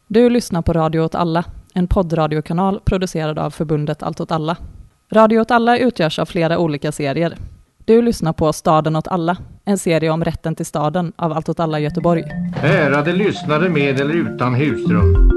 Du lyssnar på Radio åt alla, en poddradiokanal producerad av förbundet Allt åt alla. Radio åt alla utgörs av flera olika serier. Du lyssnar på Staden åt alla, en serie om rätten till staden av Allt åt alla Göteborg. Ärade lyssnare med eller utan husrum.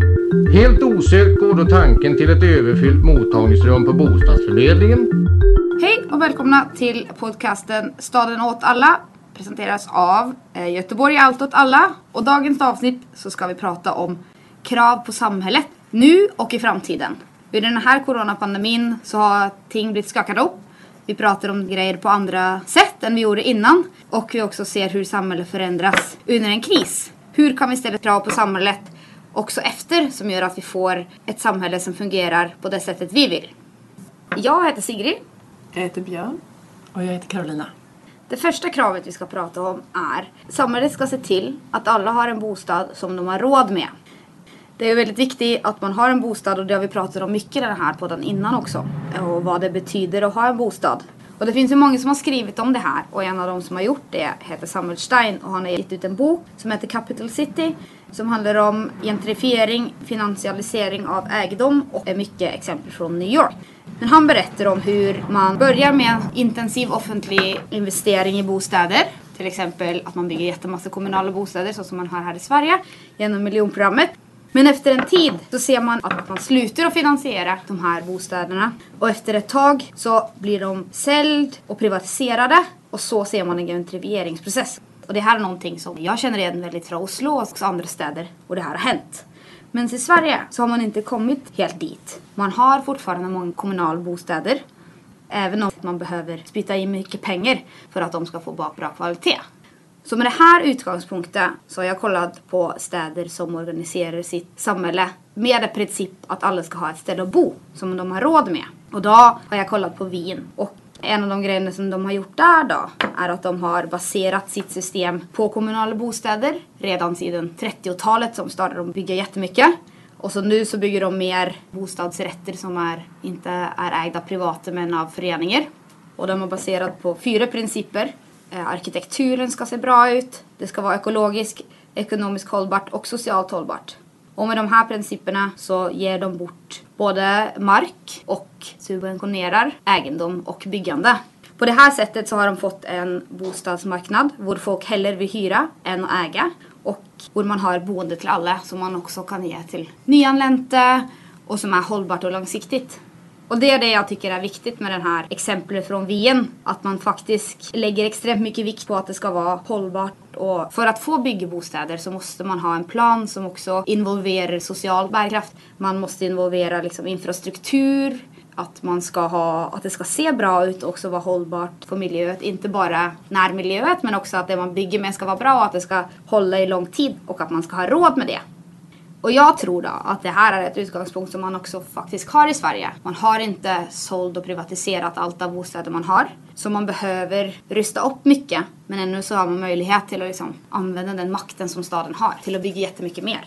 Helt osökt går då tanken till ett överfyllt mottagningsrum på bostadsförmedlingen. Hej och välkomna till podcasten Staden åt alla. Presenteras av Göteborg Allt åt alla. Och dagens avsnitt så ska vi prata om krav på samhället nu och i framtiden. Vid den här coronapandemin så har ting blivit skakade upp. Vi pratar om grejer på andra sätt än vi gjorde innan. Och vi också ser hur samhället förändras under en kris. Hur kan vi ställa krav på samhället också efter som gör att vi får ett samhälle som fungerar på det sättet vi vill. Jag heter Sigrid. Jag heter Björn. Och jag heter Carolina. Det första kravet vi ska prata om är samhället ska se till att alla har en bostad som de har råd med. Det är väldigt viktigt att man har en bostad och det har vi pratat om mycket i den här podden innan också. Och vad det betyder att ha en bostad. Och det finns ju många som har skrivit om det här och en av dem som har gjort det heter Samuel Stein och han har gett ut en bok som heter Capital City som handlar om gentrifiering, finansialisering av ägdom och är mycket exempel från New York. Men han berättar om hur man börjar med intensiv offentlig investering i bostäder. Till exempel att man bygger jättemassa kommunala bostäder så som man har här i Sverige genom miljonprogrammet. Men efter en tid så ser man att man slutar att finansiera de här bostäderna. Och efter ett tag så blir de såld och privatiserade. Och så ser man en gentrifieringsprocess. Och det här är någonting som jag känner igen väldigt från Oslo och också andra städer. Och det här har hänt. Men i Sverige så har man inte kommit helt dit. Man har fortfarande många kommunala bostäder. Även om man behöver spytta in mycket pengar för att de ska få bra kvalitet. Så med det här utgångspunkten så har jag kollat på städer som organiserar sitt samhälle med det princip att alla ska ha ett ställe att bo som de har råd med. Och då har jag kollat på Wien. Och en av de grejerna som de har gjort där då är att de har baserat sitt system på kommunala bostäder. Redan sedan 30-talet som startade de bygga jättemycket. Och så nu så bygger de mer bostadsrätter som inte är ägda privata men av föreningar. Och de har baserat på 4 principer. Arkitekturen ska se bra ut. Det ska vara ekologiskt, ekonomiskt hållbart och socialt hållbart. Och med de här principerna så ger de bort både mark och subventionerar egendom och byggande. På det här sättet så har de fått en bostadsmarknad där folk hellre vill hyra än att äga. Och där man har boende till alla som man också kan ge till nyanlända och som är hållbart och långsiktigt. Och det är det jag tycker är viktigt med den här exemplet från Wien. Att man faktiskt lägger extremt mycket vikt på att det ska vara hållbart. Och för att få bygga bostäder så måste man ha en plan som också involverar social bärkraft. Man måste involvera infrastruktur. Att det ska se bra ut och också vara hållbart för miljöet. Inte bara närmiljöet men också att det man bygger med ska vara bra och att det ska hålla i lång tid och att man ska ha råd med det. Och jag tror då att det här är ett utgångspunkt som man också faktiskt har i Sverige. Man har inte såld och privatiserat allt av bostäder man har. Så man behöver rusta upp mycket. Men ännu så har man möjlighet till att använda den makten som staden har. Till att bygga jättemycket mer.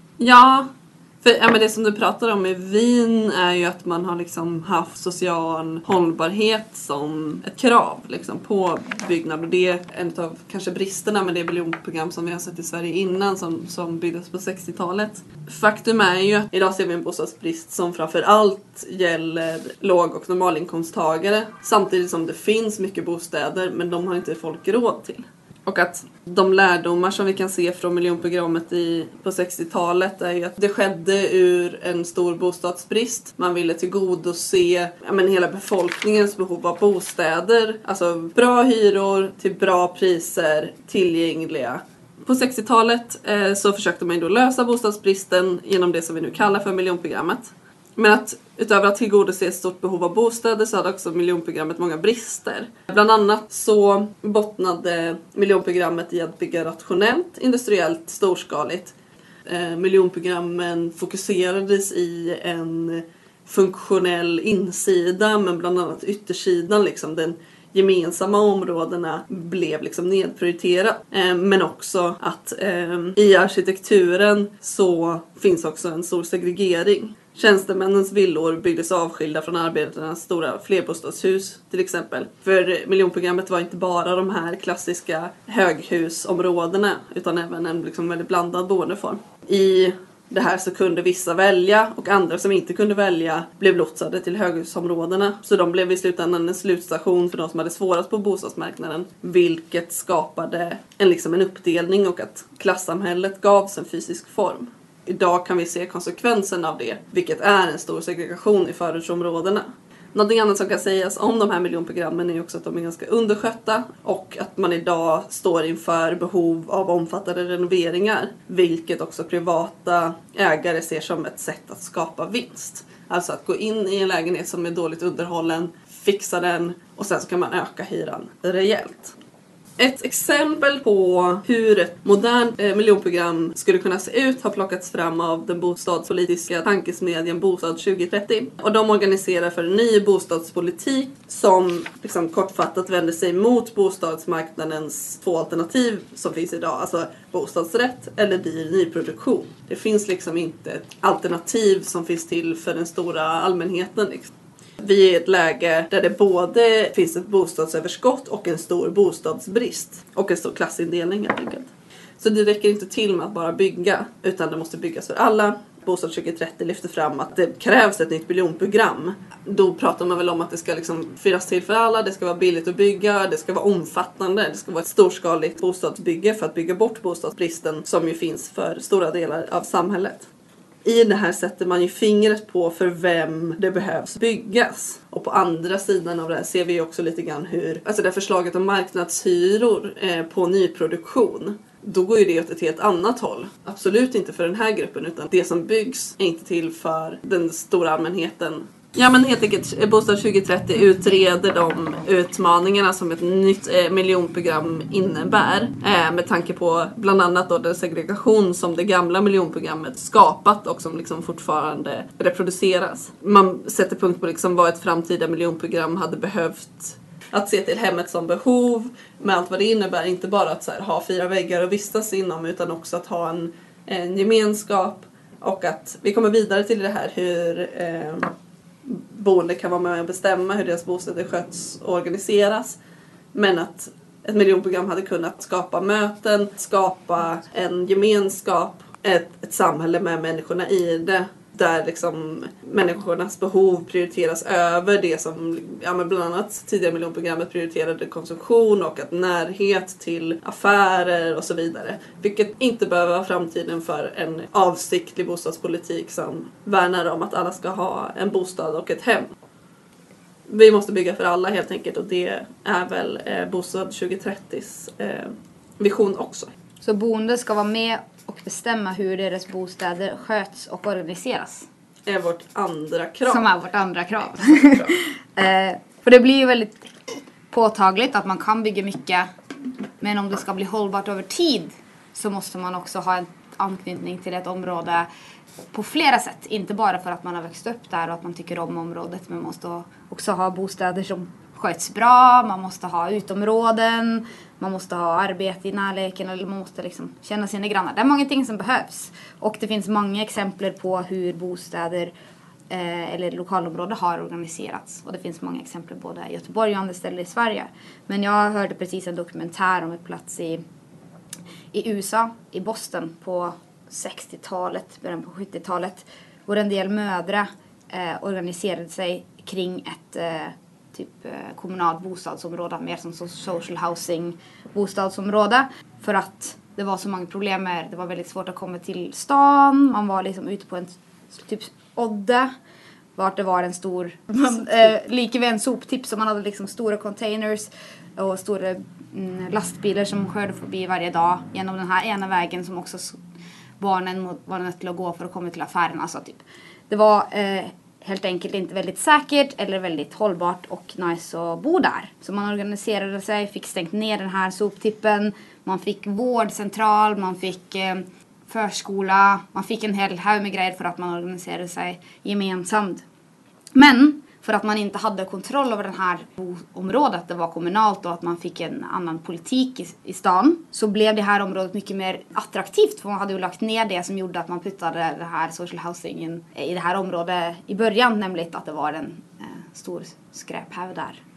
Ja, för det som du pratar om i Wien är ju att man har haft social hållbarhet som ett krav på byggnad. Och det är en av kanske bristerna med det miljonprogram som vi har sett i Sverige innan som byggdes på 60-talet. Faktum är ju att idag ser vi en bostadsbrist som framför allt gäller låg- och normalinkomsttagare. Samtidigt som det finns mycket bostäder men de har inte folk råd till. Och att de lärdomar som vi kan se från miljonprogrammet på 60-talet är ju att det skedde ur en stor bostadsbrist. Man ville tillgodose hela befolkningens behov av bostäder. Alltså bra hyror till bra priser, tillgängliga. På 60-talet så försökte man ju då lösa bostadsbristen genom det som vi nu kallar för miljonprogrammet. Men att utöver att tillgodose ett stort behov av bostäder så hade också miljonprogrammet många brister. Bland annat så bottnade miljonprogrammet i att bygga rationellt, industriellt, storskaligt. Miljonprogrammen fokuserades i en funktionell insida men bland annat yttersidan, den gemensamma områdena blev nedprioriterat. Men också att i arkitekturen så finns också en stor segregering. Tjänstemännens villor byggdes avskilda från arbetarnas stora flerbostadshus till exempel. För miljonprogrammet var inte bara de här klassiska höghusområdena utan även en väldigt blandad boendeform. I det här så kunde vissa välja och andra som inte kunde välja blev lotsade till höghusområdena. Så de blev i slutändan en slutstation för de som hade svårast på bostadsmarknaden, vilket skapade en uppdelning och att klassamhället gavs en fysisk form. Idag kan vi se konsekvensen av det, vilket är en stor segregation i förortsområdena. Någonting annat som kan sägas om de här miljonprogrammen är också att de är ganska underskötta och att man idag står inför behov av omfattande renoveringar, vilket också privata ägare ser som ett sätt att skapa vinst. Alltså att gå in i en lägenhet som är dåligt underhållen, fixa den och sen så kan man öka hyran rejält. Ett exempel på hur ett modernt miljonprogram skulle kunna se ut har plockats fram av den bostadspolitiska tankesmedjan Bostad 2030. Och de organiserar för en ny bostadspolitik som kortfattat vänder sig mot bostadsmarknadens två alternativ som finns idag. Alltså bostadsrätt eller dyr nyproduktion. Det finns inte ett alternativ som finns till för den stora allmänheten. Vi är i ett läge där det både finns ett bostadsöverskott och en stor bostadsbrist. Och en stor klassindelning helt enkelt. Så det räcker inte till med att bara bygga, utan det måste byggas för alla. Bostad 2030 lyfter fram att det krävs ett nytt miljonprogram. Då pratar man väl om att det ska finnas till för alla, det ska vara billigt att bygga, det ska vara omfattande, det ska vara ett storskaligt bostadsbygge för att bygga bort bostadsbristen som ju finns för stora delar av samhället. I det här sätter man ju fingret på för vem det behövs byggas. Och på andra sidan av det här ser vi också lite grann hur, alltså det förslaget om marknadshyror på nyproduktion, då går ju det åt ett helt annat håll. Absolut inte för den här gruppen, utan det som byggs är inte till för den stora allmänheten. Ja, men helt enkelt Bostad 2030 utreder de utmaningarna som ett nytt miljonprogram innebär. Med tanke på bland annat då den segregation som det gamla miljonprogrammet skapat och som fortfarande reproduceras. Man sätter punkt på vad ett framtida miljonprogram hade behövt. Att se till hemmet som behov med allt vad det innebär. Inte bara att ha 4 väggar och vistas inom, utan också att ha en gemenskap. Och att vi kommer vidare till det här hur boende kan vara med och bestämma hur deras bostäder sköts och organiseras. Men att ett miljonprogram hade kunnat skapa möten, skapa en gemenskap, ett samhälle med människorna i det. Där människornas behov prioriteras över det som bland annat tidigare miljonprogrammet prioriterade konsumtion och att närhet till affärer och så vidare. Vilket inte behöver vara framtiden för en avsiktlig bostadspolitik som värnar om att alla ska ha en bostad och ett hem. Vi måste bygga för alla helt enkelt, och det är väl Bostad 2030s vision också. Så boende ska vara med och bestämma hur deras bostäder sköts och organiseras. Är vårt andra krav. Som är vårt andra krav. För det blir ju väldigt påtagligt att man kan bygga mycket. Men om det ska bli hållbart över tid så måste man också ha en anknytning till ett område på flera sätt. Inte bara för att man har växt upp där och att man tycker om området. Men man måste också ha bostäder som sköts bra. Man måste ha utområden. Man måste ha arbete i närleken. Eller man måste känna sina grannar. Det är många ting som behövs. Och det finns många exempel på hur bostäder eller lokalområden har organiserats. Och det finns många exempel både i Göteborg och andra ställen i Sverige. Men jag hörde precis en dokumentär om ett plats i USA, i Boston på 60-talet, början på 70-talet. Hvor en del mödrar organiserade sig kring ett kommunalt bostadsområde, mer som social housing bostadsområde, för att det var så många problem med, det var väldigt svårt att komma till stan, man var ute på en odde vart det var en stor lika vid en soptipp, så man hade stora containers och stora lastbilar som körde förbi varje dag genom den här ena vägen som också barnen var nöjda till att gå för att komma till affären. Alltså, det var helt enkelt inte väldigt säkert eller väldigt hållbart och nice att bo där. Så man organiserade sig, fick stängt ner den här soptippen, man fick vårdcentral, man fick förskola, man fick en hel hög med grejer för att man organiserade sig gemensamt. Men för att man inte hade kontroll över det här området, det var kommunalt och att man fick en annan politik i stan, så blev det här området mycket mer attraktivt, för man hade ju lagt ner det som gjorde att man puttade det här social housingen i det här området i början, nämligen att det var en stor skräphög där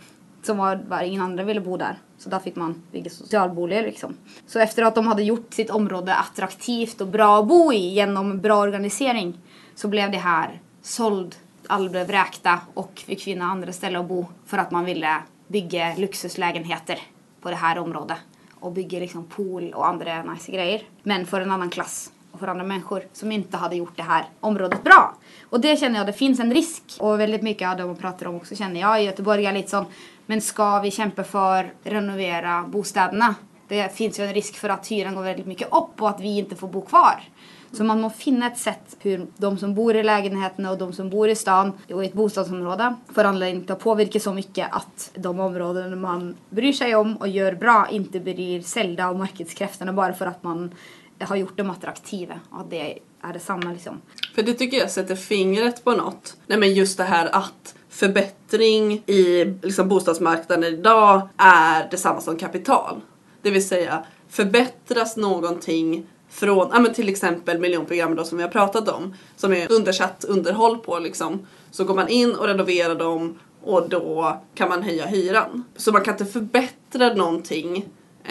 som var ingen andra ville bo där. Så där fick man bygga socialbolag liksom. Så efter att de hade gjort sitt område attraktivt och bra att bo i genom bra organisering så blev det här såld. Alla blev vräkta och fick finna andra ställen att bo för att man ville bygga luxuslägenheter på det här området. Och bygga liksom pool och andra nice grejer. Men för en annan klass och för andra människor som inte hade gjort det här området bra. Och det känner jag, det finns en risk. Och väldigt mycket av det man pratar om också känner jag i Göteborg är lite sån. Men ska vi kämpa för renovera bostäderna? Det finns ju en risk för att hyran går väldigt mycket upp och att vi inte får bo kvar. Så man måste finna ett sätt hur de som bor i lägenheterna och de som bor i stan och i ett bostadsområde för anledning inte påverkar så mycket att de områden man bryr sig om och gör bra inte blir säljda av marknadskräfterna bara för att man har gjort dem attraktiva. Och det är detsamma liksom. För det tycker jag sätter fingret på något. Nej, men just det här att förbättring i liksom bostadsmarknaden idag är detsamma som kapital. Det vill säga förbättras någonting från till exempel miljonprogram då, som vi har pratat om, som är undersatt underhåll på liksom, så går man in och renoverar dem och då kan man höja hyran. Så man kan inte förbättra någonting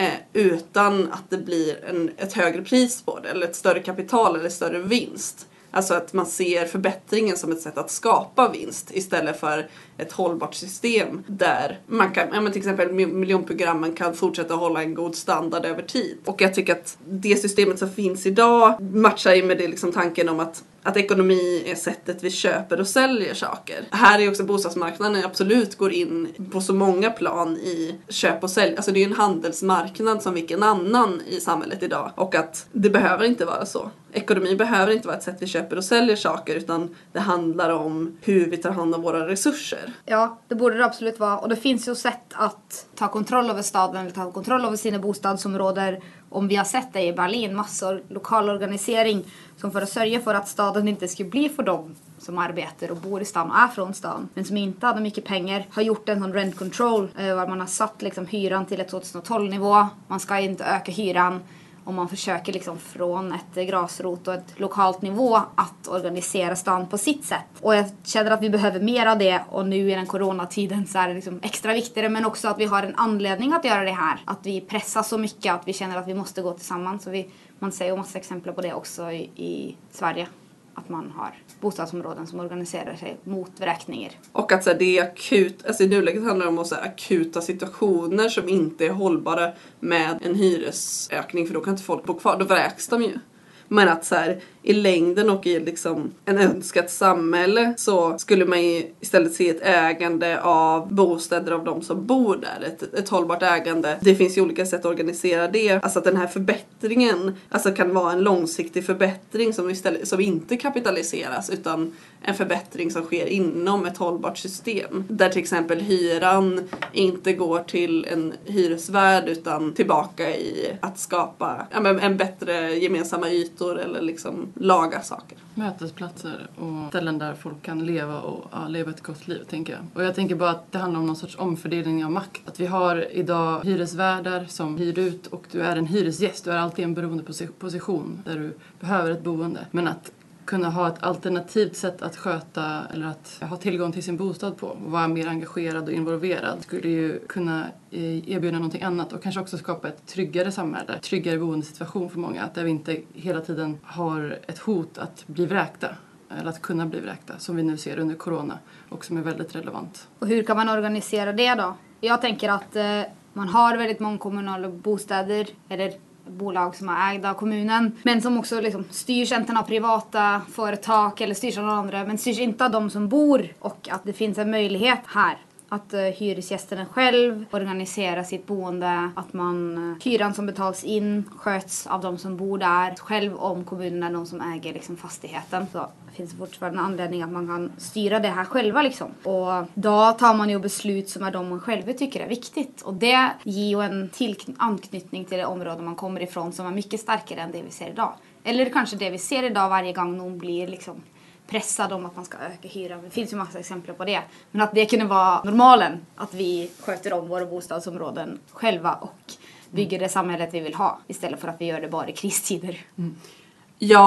utan att det blir ett högre pris på det eller ett större kapital eller större vinst. Alltså att man ser förbättringen som ett sätt att skapa vinst istället för ett hållbart system där man kan, till exempel miljonprogrammen kan fortsätta hålla en god standard över tid. Och jag tycker att det systemet som finns idag matchar ju med det liksom tanken om att ekonomi är sättet vi köper och säljer saker. Här är också bostadsmarknaden absolut går in på så många plan i köp och sälj. Alltså det är ju en handelsmarknad som vilken annan i samhället idag. Och att det behöver inte vara så. Ekonomi behöver inte vara ett sätt vi köper och säljer saker utan det handlar om hur vi tar hand om våra resurser. Ja, det borde det absolut vara. Och det finns ju sätt att ta kontroll över staden eller ta kontroll över sina bostadsområden. Om vi har sett det i Berlin, massor lokal organisering som för att sörja för att staden inte skulle bli för dem som arbetar och bor i stan och är från stan. Men som inte hade mycket pengar har gjort en sån rent control där man har satt liksom hyran till ett 2012-nivå. Man ska inte öka hyran. Om man försöker liksom från ett gräsrot och ett lokalt nivå att organisera stan på sitt sätt. Och jag känner att vi behöver mer av det. Och nu i den coronatiden så är det liksom extra viktigare. Men också att vi har en anledning att göra det här. Att vi pressar så mycket att vi känner att vi måste gå tillsammans. Så man ser ju massa exempel på det också i Sverige. Att man har bostadsområden som organiserar sig mot vräkningar. Och att så här, det är akut, alltså i nuläget handlar det om så här, akuta situationer som inte är hållbara med en hyresökning. För då kan inte folk bo kvar, då vräks de ju. Men att så här, i längden och i liksom en önskat samhälle så skulle man ju istället se ett ägande av bostäder av de som bor där. Ett hållbart ägande. Det finns ju olika sätt att organisera det. Alltså att den här förbättringen alltså kan vara en långsiktig förbättring som inte kapitaliseras utan en förbättring som sker inom ett hållbart system. Där till exempel hyran inte går till en hyresvärd utan tillbaka i att skapa en bättre gemensamma ytor eller liksom laga saker. Mötesplatser och ställen där folk kan leva och leva ett gott liv, tänker jag. Och jag tänker bara att det handlar om någon sorts omfördelning av makt. Att vi har idag hyresvärdar som hyr ut och du är en hyresgäst. Du är alltid en beroende position där du behöver ett boende. Men att kunna ha ett alternativt sätt att sköta eller att ha tillgång till sin bostad på och vara mer engagerad och involverad skulle ju kunna erbjuda någonting annat och kanske också skapa ett tryggare samhälle, tryggare boendesituation för många, att där vi inte hela tiden har ett hot att bli vräkta eller att kunna bli vräkta som vi nu ser under corona och som är väldigt relevant. Och hur kan man organisera det då? Jag tänker att man har väldigt många kommunala bostäder eller bolag som är ägda av kommunen men som också liksom styrs inte av privata företag eller styrs av andra men styrs inte av de som bor och att det finns en möjlighet här att hyresgästerna själv organiserar sitt boende, att hyran som betalas in sköts av de som bor där, själv om kommunen är de som äger liksom fastigheten. Så finns det fortfarande en anledning att man kan styra det här själva liksom. Och då tar man ju beslut som är de man själva tycker är viktigt. Och det ger ju en anknytning till det område man kommer ifrån som är mycket starkare än det vi ser idag. Eller kanske det vi ser idag varje gång någon blir liksom pressad om att man ska öka hyran. Det finns ju massa exempel på det. Men att det kunde vara normalen. Att vi sköter om våra bostadsområden själva och bygger det samhället vi vill ha. Istället för att vi gör det bara i kristider. Ja,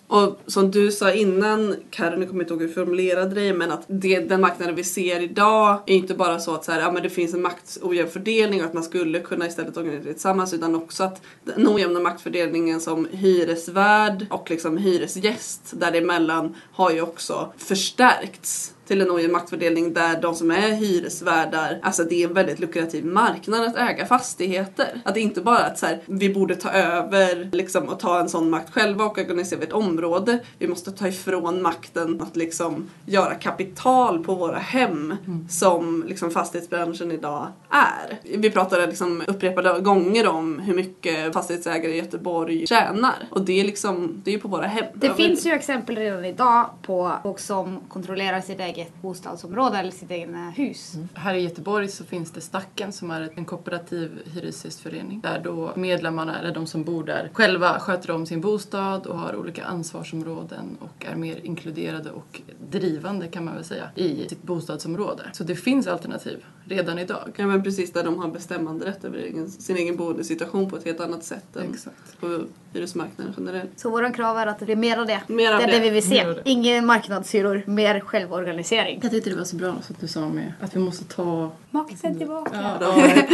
Och som du sa innan, Karin, jag kommer inte ihåg hur du formulerade dig, men att den marknaden vi ser idag är inte bara så att så här, ja, men det finns en maktojämn fördelning och att man skulle kunna istället organisera tillsammans, utan också att den ojämna maktfördelningen som hyresvärd och liksom hyresgäst däremellan har ju också förstärkts till en ojämn maktfördelning där de som är hyresvärdar, alltså det är en väldigt lukrativ marknad att äga fastigheter. Att det inte bara att så här, vi borde ta över liksom, och ta en sån makt själva och organisera ett område. Vi måste ta ifrån makten att liksom göra kapital på våra hem som liksom fastighetsbranschen idag är. Vi pratade liksom upprepade gånger om hur mycket fastighetsägare i Göteborg tjänar. Och det är liksom, det är ju på våra hem. Det finns ju exempel redan idag på folk som kontrollerar sitt eget bostadsområde eller sitt egna hus. Här i Göteborg så finns det Stacken som är en kooperativ hyresgästförening. Där då medlemmarna, eller de som bor där, själva sköter om sin bostad och har olika ansvarsområden och är mer inkluderade och drivande kan man väl säga i sitt bostadsområde. Så det finns alternativ redan idag. Ja, men precis, där de har bestämmande rätt över sin egen boendesituation på ett helt annat sätt än på hyresmarknaden generellt. Så våran krav är att det blir mer av det. Mer av det är det vi vill se. Ingen marknadshyror, mer självorganisering. Jag tyckte det var så bra så att du sa med att vi måste ta makten tillbaka. Ja,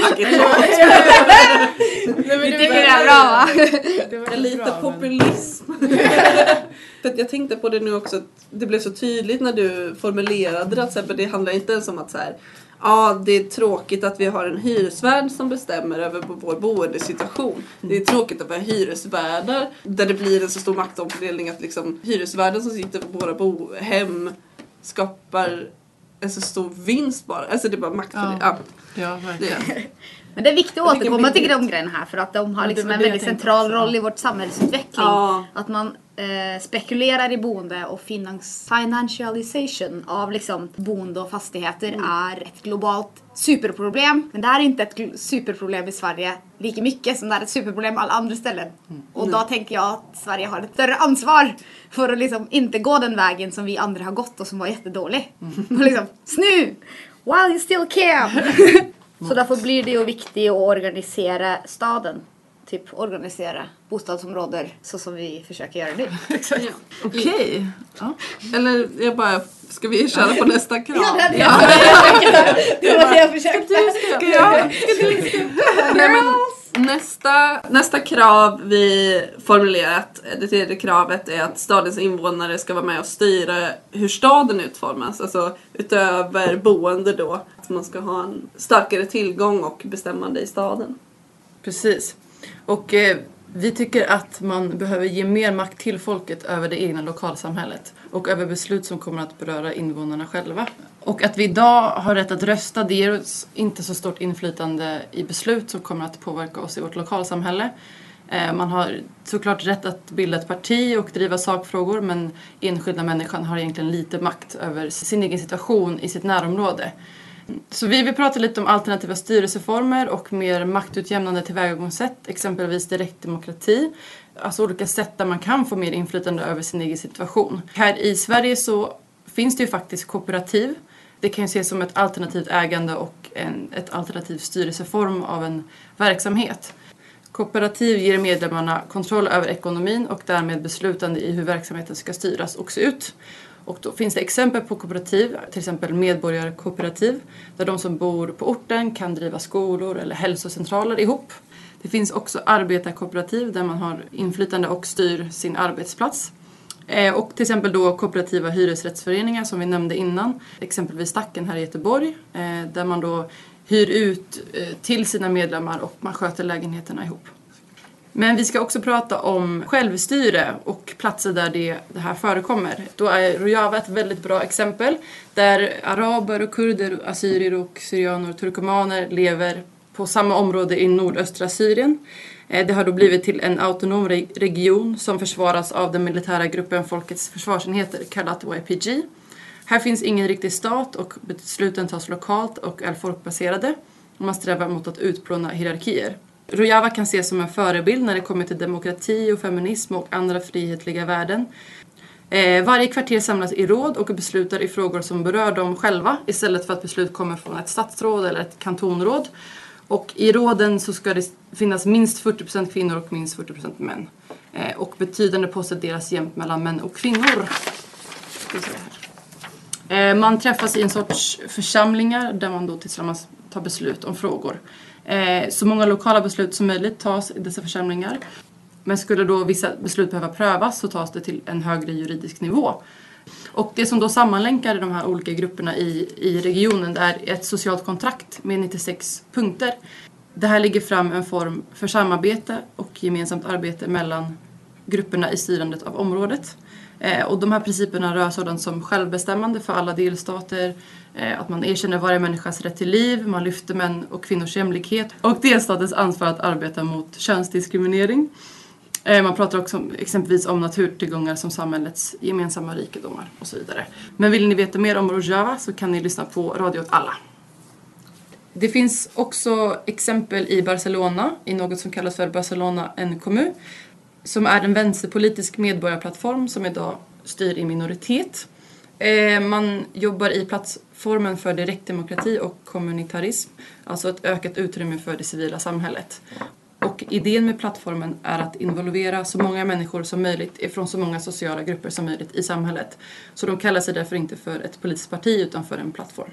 Vi tycker det är bra, va? Det var lite bra, populism. För att jag tänkte på det nu också, att det blev så tydligt när du formulerade det, att det handlar inte ens om att så här, ja, det är tråkigt att vi har en hyresvärd som bestämmer över vår boendesituation. Det är tråkigt att vi har hyresvärdar där det blir en så stor maktomfördelning att liksom hyresvärden som sitter på våra hem skapar en så stor vinst bara. Alltså det är bara maktfördelning. Ja, verkligen. Men det är viktigt att återkomma till de grejerna här för att de har liksom en väldigt central roll i vårt samhällsutveckling. Ja. Att man spekulerar i boende och financialization av liksom boende och fastigheter är ett globalt superproblem. Men det här är inte ett superproblem i Sverige lika mycket som det är ett superproblem på alla andra ställen. Och då tänker jag att Sverige har ett större ansvar för att liksom inte gå den vägen som vi andra har gått och som var jättedålig. Och liksom, snu! While you still can! Så därför blir det ju viktigt att organisera staden. Typ organisera bostadsområden så som vi försöker göra nu. Exakt. Ja. Okej. Ja. Eller jag bara, ska vi köra på nästa krav? Det var det jag försökte. Nej, men nästa krav vi formulerat, det tredje kravet, är att stadens invånare ska vara med och styra hur staden utformas. Alltså utöver boende då, att man ska ha en starkare tillgång och bestämmande i staden. Precis. Och vi tycker att man behöver ge mer makt till folket över det egna lokalsamhället och över beslut som kommer att beröra invånarna själva. Och att vi idag har rätt att rösta, det ger oss inte så stort inflytande i beslut som kommer att påverka oss i vårt lokalsamhälle. Man har såklart rätt att bilda ett parti och driva sakfrågor, men enskilda människan har egentligen lite makt över sin egen situation i sitt närområde. Så vi vill prata lite om alternativa styrelseformer och mer maktutjämnande tillvägagångssätt, exempelvis direktdemokrati. Alltså olika sätt där man kan få mer inflytande över sin egen situation. Här i Sverige så finns det ju faktiskt kooperativ. Det kan ju ses som ett alternativt ägande och ett alternativ styrelseform av en verksamhet. Kooperativ ger medlemmarna kontroll över ekonomin och därmed beslutande i hur verksamheten ska styras och se ut. Och då finns det exempel på kooperativ, till exempel medborgarkooperativ, där de som bor på orten kan driva skolor eller hälsocentraler ihop. Det finns också arbetarkooperativ där man har inflytande och styr sin arbetsplats. Och till exempel då kooperativa hyresrättsföreningar som vi nämnde innan, exempelvis Stacken här i Göteborg, där man då hyr ut till sina medlemmar och man sköter lägenheterna ihop. Men vi ska också prata om självstyre och platser där det här förekommer. Då är Rojava ett väldigt bra exempel där araber och kurder, assyrier och syrianer och turkomaner lever på samma område i nordöstra Syrien. Det har då blivit till en autonom region som försvaras av den militära gruppen Folkets försvarsenheter, kallat YPG. Här finns ingen riktig stat och besluten tas lokalt och är folkbaserade. Man strävar mot att utplåna hierarkier. Rojava kan ses som en förebild när det kommer till demokrati och feminism och andra frihetliga värden. Varje kvarter samlas i råd och beslutar i frågor som berör dem själva istället för att beslut kommer från ett statsråd eller ett kantonråd. Och i råden så ska det finnas minst 40% kvinnor och minst 40% män. Och betydande poster delas jämnt mellan män och kvinnor. Man träffas i en sorts församlingar där man då tillsammans tar beslut om frågor. Så många lokala beslut som möjligt tas i dessa församlingar. Men skulle då vissa beslut behöva prövas så tas det till en högre juridisk nivå. Och det som då sammanlänkar de här olika grupperna i regionen är ett socialt kontrakt med 96 punkter. Det här ligger fram en form för samarbete och gemensamt arbete mellan grupperna i styrandet av området. Och de här principerna rör sådant som självbestämmande för alla delstater, att man erkänner varje människas rätt till liv, man lyfter män och kvinnors jämlikhet och delstatens ansvar att arbeta mot könsdiskriminering. Man pratar också exempelvis om naturtillgångar som samhällets gemensamma rikedomar och så vidare. Men vill ni veta mer om Rojava så kan ni lyssna på Radio åt alla. Det finns också exempel i Barcelona i något som kallas för Barcelona en Comú, som är en vänsterpolitisk medborgarplattform som idag styr i minoritet. Man jobbar i plattformen för direktdemokrati och kommunitarism, alltså ett ökat utrymme för det civila samhället. Och idén med plattformen är att involvera så många människor som möjligt från så många sociala grupper som möjligt i samhället. Så de kallar sig därför inte för ett politiskt parti utan för en plattform.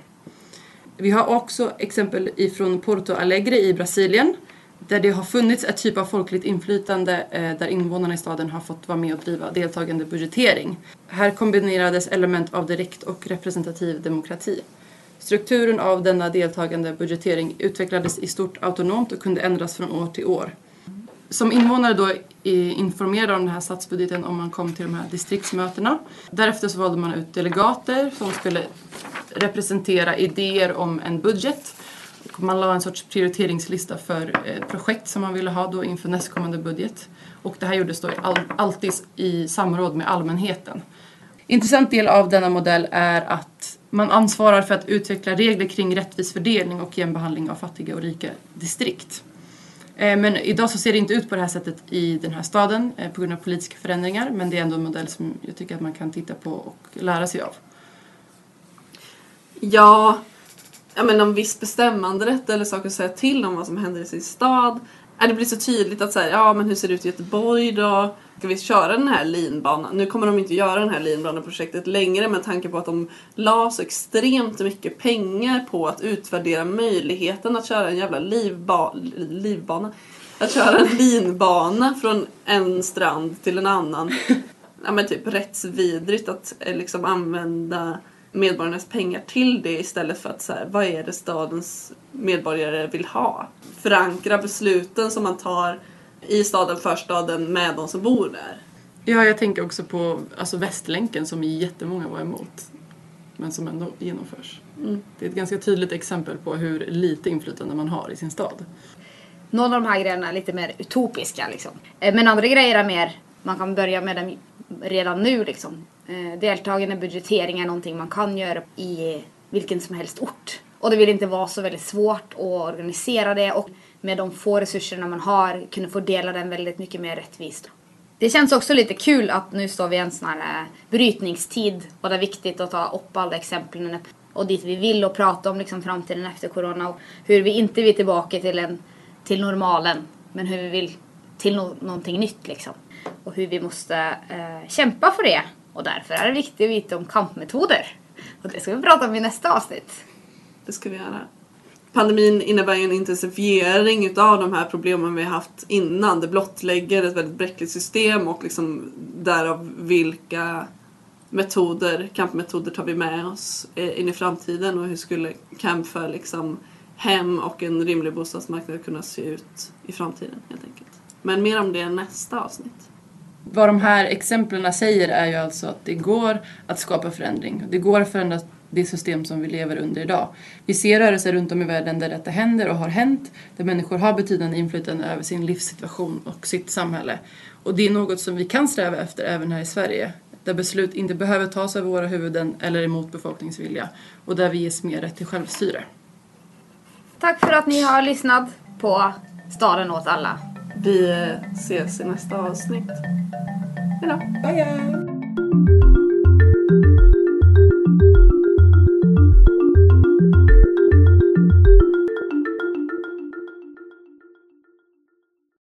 Vi har också exempel ifrån Porto Alegre i Brasilien, där det har funnits ett typ av folkligt inflytande där invånarna i staden har fått vara med och driva deltagande budgetering. Här kombinerades element av direkt och representativ demokrati. Strukturen av denna deltagande budgetering utvecklades i stort autonomt och kunde ändras från år till år. Som invånare då informerade om den här statsbudgeten om man kom till de här distriktsmötena. Därefter så valde man ut delegater som skulle representera idéer om en budget. Man la en sorts prioriteringslista för projekt som man ville ha då inför nästkommande budget. Och det här gjordes då alltid i samråd med allmänheten. Intressant del av denna modell är att man ansvarar för att utveckla regler kring rättvis fördelning och jämnbehandling av fattiga och rika distrikt. Men idag så ser det inte ut på det här sättet i den här staden på grund av politiska förändringar. Men det är ändå en modell som jag tycker att man kan titta på och lära sig av. Ja, men en viss bestämmanderätt eller saker att säga till om vad som händer i sin stad. Det blir så tydligt att säga, men hur ser det ut i Göteborg då? Ska vi köra den här linbanan? Nu kommer de inte göra den här linbaneprojektet längre med tanke på att de la så extremt mycket pengar på att utvärdera möjligheten att köra en jävla livbana. Att köra en linbana från en strand till en annan. Typ rättsvidrigt att liksom använda medborgarnas pengar till det istället för att vad är det stadens medborgare vill ha? Förankra besluten som man tar i staden, för staden med de som bor där. Ja, jag tänker också på Västlänken som jättemånga var emot men som ändå genomförs. Det är ett ganska tydligt exempel på hur lite inflytande man har i sin stad. Någon av de här grejerna är lite mer utopiska liksom. Men andra grejer är mer, man kan börja med dem redan nu liksom. Deltagande budgetering är någonting man kan göra i vilken som helst ort. Och det vill inte vara så väldigt svårt att organisera det och med de få resurserna man har kunna få dela den väldigt mycket mer rättvist. Det känns också lite kul att nu står vi i en sån här brytningstid och det är viktigt att ta upp alla exemplen och dit vi vill och prata om liksom framtiden efter corona och hur vi inte vill tillbaka till normalen men hur vi vill till någonting nytt liksom. Och hur vi måste kämpa för det. Och därför är det viktigt att veta om kampmetoder. Och det ska vi prata om i nästa avsnitt. Det ska vi göra. Pandemin innebär ju en intensifiering utav de här problemen vi har haft innan. Det blottlägger ett väldigt bräckligt system och liksom därav vilka kampmetoder tar vi med oss in i framtiden och hur skulle kamp för liksom hem och en rimlig bostadsmarknad kunna se ut i framtiden helt enkelt. Men mer om det nästa avsnitt. Vad de här exemplen säger är ju alltså att det går att skapa förändring. Det går att förändra det system som vi lever under idag. Vi ser rörelser runt om i världen där detta händer och har hänt. Där människor har betydande inflytande över sin livssituation och sitt samhälle. Och det är något som vi kan sträva efter även här i Sverige. Där beslut inte behöver tas av våra huvuden eller emot befolkningsvilja. Och där vi ges mer rätt till självstyre. Tack för att ni har lyssnat på Staden åt alla. Vi ses i nästa avsnitt. Hejdå. Bye.